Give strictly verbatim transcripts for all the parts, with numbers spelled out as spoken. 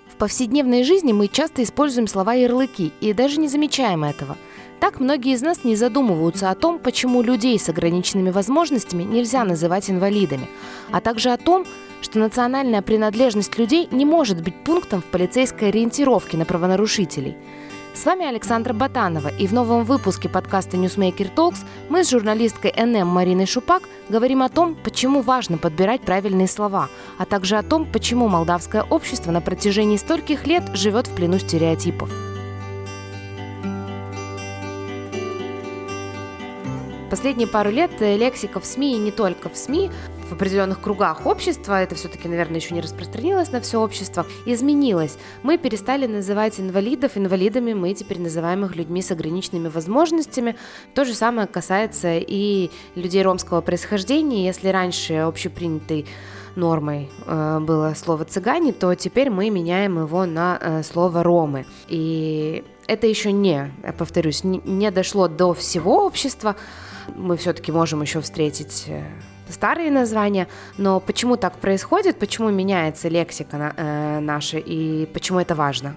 В повседневной жизни мы часто используем слова-ярлыки и даже не замечаем этого. Так многие из нас не задумываются о том, почему людей с ограниченными возможностями нельзя называть инвалидами, а также о том, что национальная принадлежность людей не может быть пунктом в полицейской ориентировке на правонарушителей. С вами Александра Ботанова, и в новом выпуске подкаста Newsmaker Talks мы с журналисткой эн эм Мариной Шупак говорим о том, почему важно подбирать правильные слова, а также о том, почему молдавское общество на протяжении стольких лет живет в плену стереотипов. Последние пару лет лексика в СМИ, и не только в СМИ, в определенных кругах общества, это все-таки, наверное, еще не распространилось на все общество, изменилась. Мы перестали называть инвалидов инвалидами, мы теперь называем их людьми с ограниченными возможностями. То же самое касается и людей ромского происхождения. Если раньше общепринятой нормой э, было слово «цыгане», то теперь мы меняем его на э, слово «ромы». И это еще не, я повторюсь, не, не дошло до всего общества. Мы все-таки можем еще встретить старые названия, но почему так происходит, почему меняется лексика на, э, наша и почему это важно?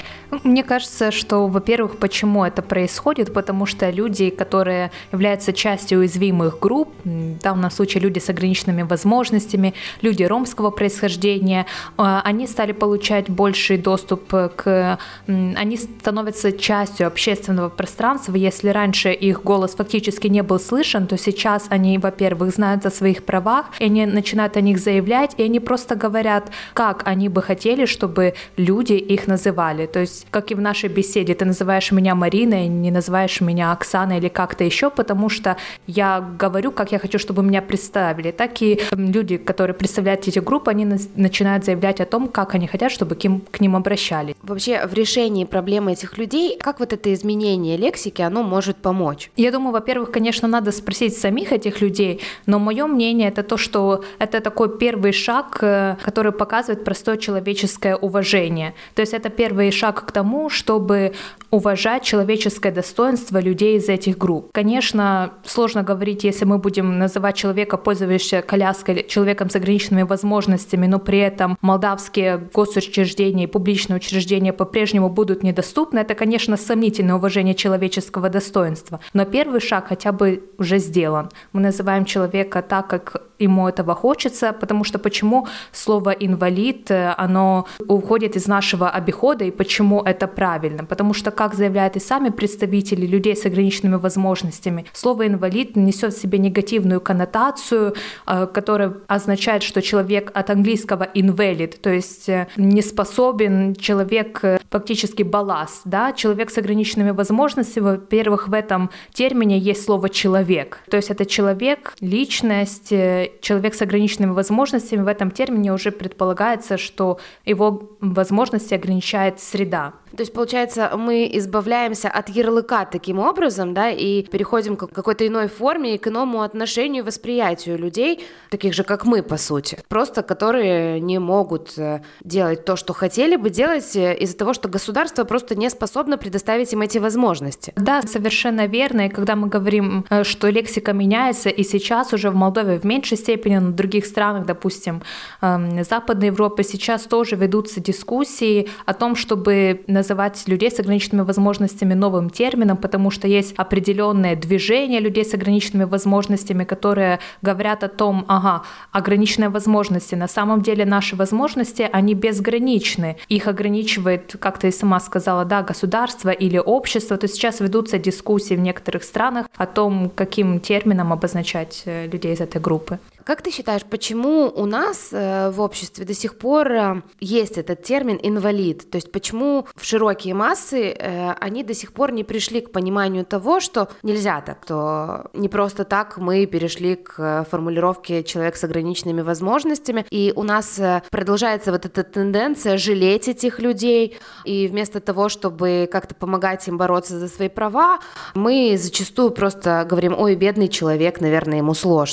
Мне кажется, что, во-первых, почему это происходит, потому что люди, которые являются частью уязвимых групп, в данном случае люди с ограниченными возможностями, люди ромского происхождения, они стали получать больший доступ к... Они становятся частью общественного пространства. Если раньше их голос фактически не был слышен, то сейчас они, во-первых, знают о своих правах, и они начинают о них заявлять, и они просто говорят, как они бы хотели, чтобы люди их называли. То есть как и в нашей беседе, ты называешь меня Мариной, не называешь меня Оксаной или как-то еще, потому что я говорю, как я хочу, чтобы меня представили. Так и люди, которые представляют эти группы, они начинают заявлять о том, как они хотят, чтобы к ним, к ним обращались. Вообще в решении проблемы этих людей, как вот это изменение лексики, оно может помочь? Я думаю, во-первых, конечно, надо спросить самих этих людей, но мое мнение это то, что это такой первый шаг, который показывает простое человеческое уважение. То есть это первый шаг к тому, чтобы уважать человеческое достоинство людей из этих групп. Конечно, сложно говорить, если мы будем называть человека, пользующегося коляской, человеком с ограниченными возможностями, но при этом молдавские госучреждения и публичные учреждения по-прежнему будут недоступны. Это, конечно, сомнительное уважение человеческого достоинства. Но первый шаг хотя бы уже сделан. Мы называем человека так, как ему этого хочется, потому что почему слово «инвалид», оно уходит из нашего обихода, и почему это правильно? Потому что, как заявляют и сами представители людей с ограниченными возможностями, слово «инвалид» несет в себе негативную коннотацию, которая означает, что человек от английского «invalid», то есть не способен, человек фактически балласт, да? Человек с ограниченными возможностями, во-первых, в этом термине есть слово «человек», то есть это человек, личность, человек с ограниченными возможностями, в этом термине уже предполагается, что его возможности ограничает среда. То есть, получается, мы избавляемся от ярлыка таким образом, да, и переходим к какой-то иной форме и к иному отношению, восприятию людей, таких же, как мы, по сути. Просто которые не могут делать то, что хотели бы делать из-за того, что государство просто не способно предоставить им эти возможности. Да, совершенно верно. И когда мы говорим, что лексика меняется, и сейчас уже в Молдове в меньшей степени, но в других странах, допустим, Западной Европы, сейчас тоже ведутся дискуссии о том, чтобы называть людей с ограниченными возможностями новым термином, потому что есть определенное движение людей с ограниченными возможностями, которые говорят о том, ага, ограниченные возможности. На самом деле наши возможности, они безграничны. Их ограничивает, как ты и сама сказала, да, государство или общество. То есть сейчас ведутся дискуссии в некоторых странах о том, каким термином обозначать людей из этой группы. Как ты считаешь, почему у нас э, в обществе до сих пор э, есть этот термин «инвалид»? То есть почему в широкие массы э, они до сих пор не пришли к пониманию того, что нельзя так, что не просто так мы перешли к формулировке «человек с ограниченными возможностями», и у нас э, продолжается вот эта тенденция жалеть этих людей, и вместо того, чтобы как-то помогать им бороться за свои права, мы зачастую просто говорим: «Ой, бедный человек, наверное, ему сложно».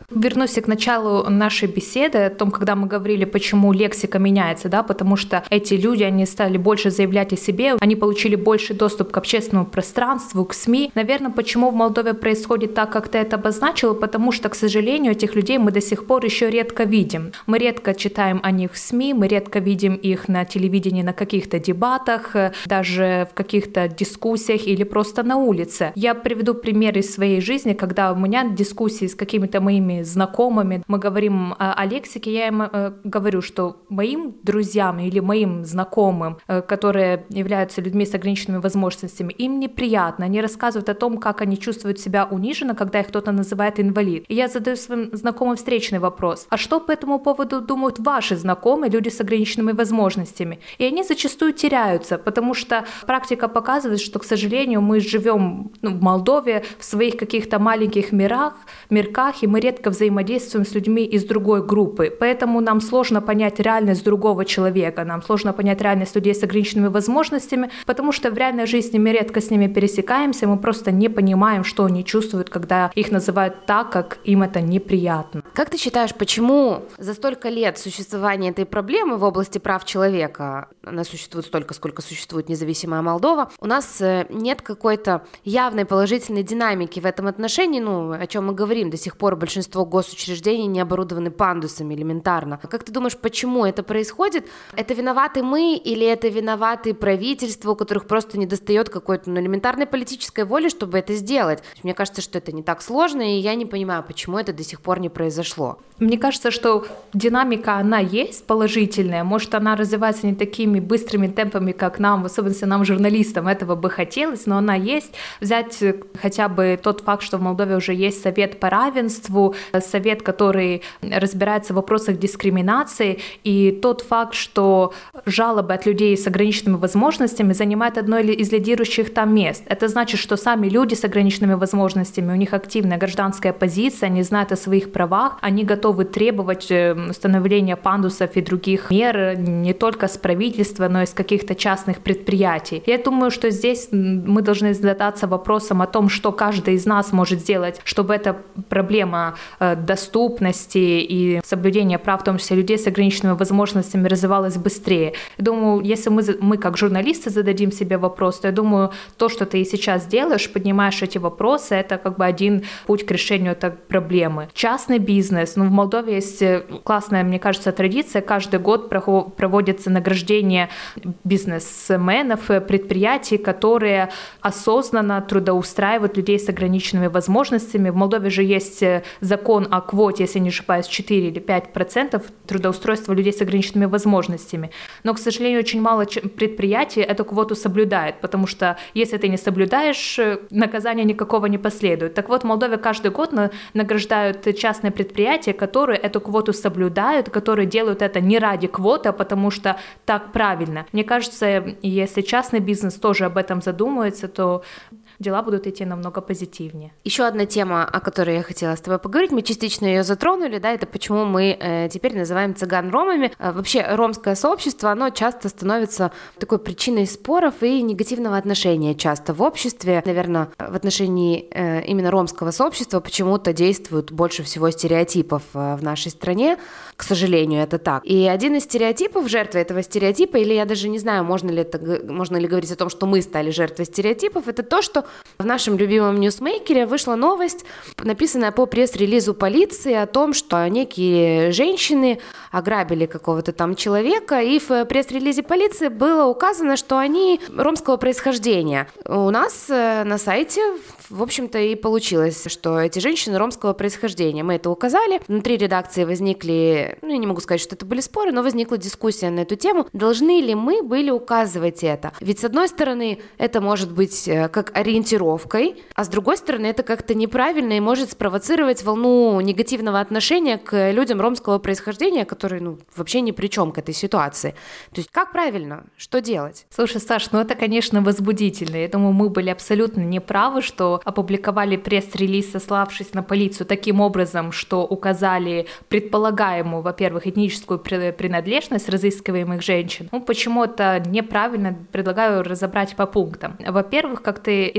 Вернусь к началу нашей беседы о том, когда мы говорили, почему лексика меняется, да, потому что эти люди, они стали больше заявлять о себе, они получили больший доступ к общественному пространству, к СМИ. Наверное, почему в Молдове происходит так, как ты это обозначила, потому что, к сожалению, этих людей мы до сих пор еще редко видим. Мы редко читаем о них в СМИ, мы редко видим их на телевидении, на каких-то дебатах, даже в каких-то дискуссиях или просто на улице. Я приведу пример из своей жизни, когда у меня дискуссии с какими-то моими знакомыми, мы говорим о лексике, я им говорю, что моим друзьям или моим знакомым, которые являются людьми с ограниченными возможностями, им неприятно, они рассказывают о том, как они чувствуют себя униженно, когда их кто-то называет инвалид. И я задаю своим знакомым встречный вопрос: а что по этому поводу думают ваши знакомые, люди с ограниченными возможностями? И они зачастую теряются, потому что практика показывает, что, к сожалению, мы живем ну, в Молдове в своих каких-то маленьких мирах, мирках, и мы редко взаимодействуем с людьми из другой группы. Поэтому нам сложно понять реальность другого человека, нам сложно понять реальность людей с ограниченными возможностями, потому что в реальной жизни мы редко с ними пересекаемся, мы просто не понимаем, что они чувствуют, когда их называют так, как им это неприятно. Как ты считаешь, почему за столько лет существования этой проблемы в области прав человека, она существует столько, сколько существует независимая Молдова, у нас нет какой-то явной положительной динамики в этом отношении, ну, о чем мы говорим, до сих пор большинство госучреждений не оборудованы пандусами элементарно. Как ты думаешь, почему это происходит? Это виноваты мы или это виноваты правительства, у которых просто недостает какой-то ну, элементарной политической воли, чтобы это сделать? Мне кажется, что это не так сложно, и я не понимаю, почему это до сих пор не произошло. Мне кажется, что динамика, она есть положительная, может, она развивается не такими быстрыми темпами, как нам, в особенности нам, журналистам, этого бы хотелось, но она есть. Взять хотя бы тот факт, что в Молдове уже есть совет по равенству, совет, который разбирается в вопросах дискриминации, и тот факт, что жалобы от людей с ограниченными возможностями занимают одно из лидирующих там мест. Это значит, что сами люди с ограниченными возможностями, у них активная гражданская позиция, они знают о своих правах, они готовы требовать установления пандусов и других мер не только с правительства, но и с каких-то частных предприятий. Я думаю, что здесь мы должны задаться вопросом о том, что каждый из нас может сделать, чтобы эта проблема доступности и соблюдения прав, в том числе людей с ограниченными возможностями, развивалась быстрее. Я думаю, если мы, мы как журналисты зададим себе вопрос, то я думаю, то, что ты сейчас делаешь, поднимаешь эти вопросы, это как бы один путь к решению этой проблемы. Частный бизнес. Ну, в Молдове есть классная, мне кажется, традиция. Каждый год проводится награждение бизнесменов, предприятий, которые осознанно трудоустраивают людей с ограниченными возможностями. В Молдове же есть закон о квоте, если не ошибаюсь, четыре или пять процентов трудоустройства людей с ограниченными возможностями. Но, к сожалению, очень мало предприятий эту квоту соблюдает, потому что если ты не соблюдаешь, наказания никакого не последует. Так вот, в Молдове каждый год награждают частные предприятия, которые эту квоту соблюдают, которые делают это не ради квоты, а потому что так правильно. Мне кажется, если частный бизнес тоже об этом задумается, то дела будут идти намного позитивнее. Еще одна тема, о которой я хотела с тобой поговорить, мы частично ее затронули, да, это почему мы э, теперь называем цыган ромами. Э, вообще ромское сообщество, оно часто становится такой причиной споров и негативного отношения часто в обществе. Наверное, в отношении э, именно ромского сообщества почему-то действуют больше всего стереотипов э, в нашей стране. К сожалению, это так. И один из стереотипов, жертвы этого стереотипа, или я даже не знаю, можно ли, это, можно ли говорить о том, что мы стали жертвой стереотипов, это то, что в нашем любимом ньюсмейкере вышла новость, написанная по пресс-релизу полиции о том, что некие женщины ограбили какого-то там человека, и в пресс-релизе полиции было указано, что они ромского происхождения. У нас на сайте, в общем-то, и получилось, что эти женщины ромского происхождения. Мы это указали. Внутри редакции возникли, ну, я не могу сказать, что это были споры, но возникла дискуссия на эту тему. Должны ли мы были указывать это? Ведь, с одной стороны, это может быть как ориентировкой, а с другой стороны, это как-то неправильно и может спровоцировать волну негативного отношения к людям ромского происхождения, которые, ну, вообще ни при чем к этой ситуации. То есть как правильно? Что делать? Слушай, Саш, ну это, конечно, возбудительно. Я думаю, мы были абсолютно неправы, что опубликовали пресс-релиз, сославшись на полицию таким образом, что указали предполагаемую, во-первых, этническую принадлежность разыскиваемых женщин. Ну, почему это неправильно, предлагаю разобрать по пунктам. Во-первых, как ты и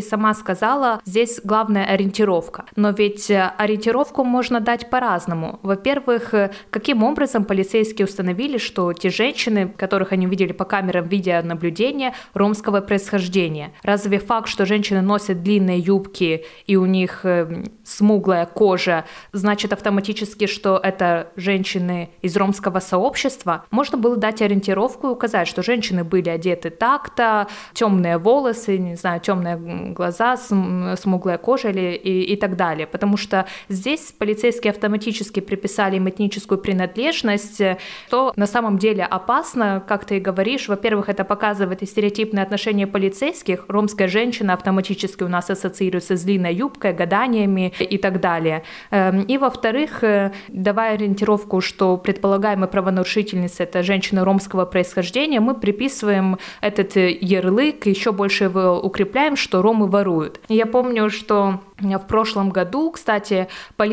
сама сказала, здесь главная ориентировка. Но ведь ориентировку можно дать по-разному. Во-первых, каким образом полицейские установили, что те женщины, которых они видели по камерам видеонаблюдения, ромского происхождения? Разве факт, что женщины носят длинные юбки и у них смуглая кожа, значит автоматически, что это женщины из ромского сообщества? Можно было дать ориентировку и указать, что женщины были одеты так-то, темные волосы, не знаю, темные глаза, смуглая кожа или, и, и так далее. Потому что здесь полицейские автоматически приписали им этническую принадлежность, что на самом деле опасно, как ты и говоришь. Во-первых, это показывает и стереотипное отношение полицейских. Ромская женщина автоматически у нас ассоциируется с длинной юбкой, гаданиями и так далее. И во-вторых, давая ориентировку, что предполагаемая правонарушительница — это женщина ромского происхождения, мы приписываем этот ярлык, еще больше его укрепляем, что ромы воруют. Я помню, что в прошлом году, кстати,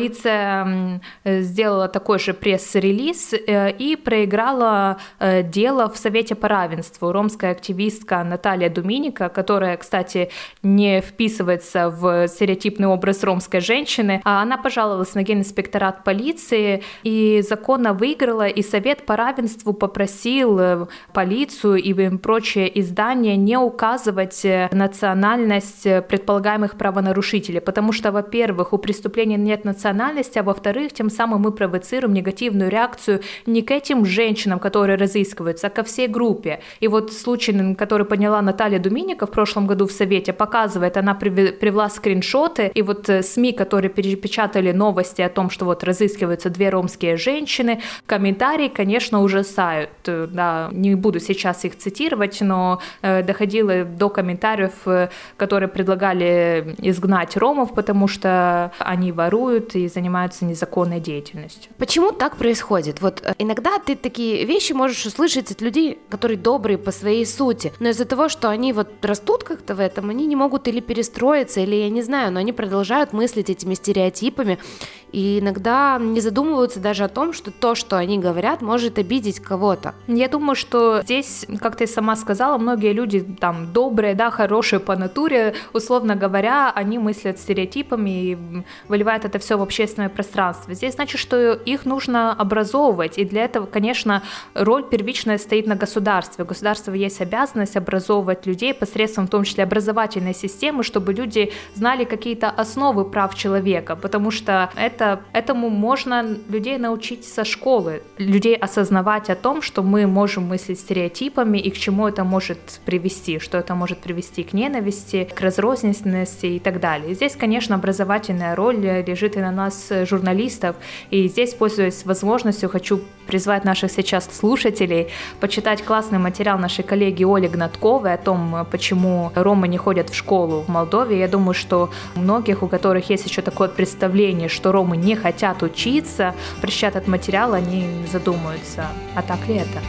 полиция сделала такой же пресс-релиз и проиграла дело в Совете по равенству. Ромская активистка Наталья Думиника, которая, кстати, не вписывается в стереотипный образ ромской женщины, она пожаловалась на генинспекторат полиции, и законно выиграла, и Совет по равенству попросил полицию и прочие издания не указывать национальность предполагаемых правонарушителей, потому что, во-первых, у преступления нет национальности, а во-вторых, тем самым мы провоцируем негативную реакцию не к этим женщинам, которые разыскиваются, а ко всей группе. И вот случай, который подняла Наталья Думиника в прошлом году в Совете, показывает, она привела скриншоты, и вот СМИ, которые перепечатали новости о том, что вот разыскиваются две ромские женщины, комментарии, конечно, ужасают. Да, не буду сейчас их цитировать, но э, доходило до комментариев, э, которые предлагали изгнать ромов, потому что они воруют и занимаются незаконной деятельностью. Почему так происходит? Вот иногда ты такие вещи можешь услышать от людей, которые добрые по своей сути, но из-за того, что они вот растут как-то в этом, они не могут или перестроиться, или я не знаю, но они продолжают мыслить этими стереотипами и иногда не задумываются даже о том, что то, что они говорят, может обидеть кого-то. Я думаю, что здесь, как ты сама сказала, многие люди там добрые, да, хорошие по натуре, условно говоря, они мыслят стереотипами и выливают это все в общественное пространство. Здесь значит, что их нужно образовывать, и для этого, конечно, роль первичная стоит на государстве. У государства есть обязанность образовывать людей посредством, в том числе, образовательной системы, чтобы люди знали какие-то основы прав человека, потому что это, этому можно людей научить со школы, людей осознавать о том, что мы можем мыслить стереотипами и к чему это может привести, что это может привести к ненависти, к разрозненности и так далее. И здесь, конечно, образовательная роль лежит и на нас, журналистов, и здесь, пользуясь возможностью, хочу призвать наших сейчас слушателей почитать классный материал нашей коллеги Оли Гнатковой о том, почему ромы не ходят в школу в Молдове. Я думаю, что у многих, у которых есть еще такое представление, что ромы не хотят учиться, прочитав этот материал, они задумаются, а так ли это?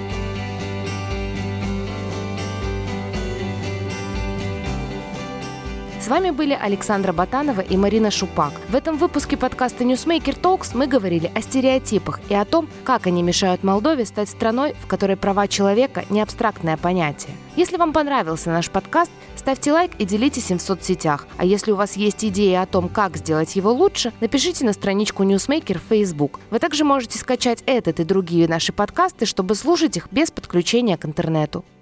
С вами были Александра Ботанова и Марина Шупак. В этом выпуске подкаста Newsmaker Talks мы говорили о стереотипах и о том, как они мешают Молдове стать страной, в которой права человека не абстрактное понятие. Если вам понравился наш подкаст, ставьте лайк и делитесь им в соцсетях. А если у вас есть идеи о том, как сделать его лучше, напишите на страничку Newsmaker в Facebook. Вы также можете скачать этот и другие наши подкасты, чтобы слушать их без подключения к интернету.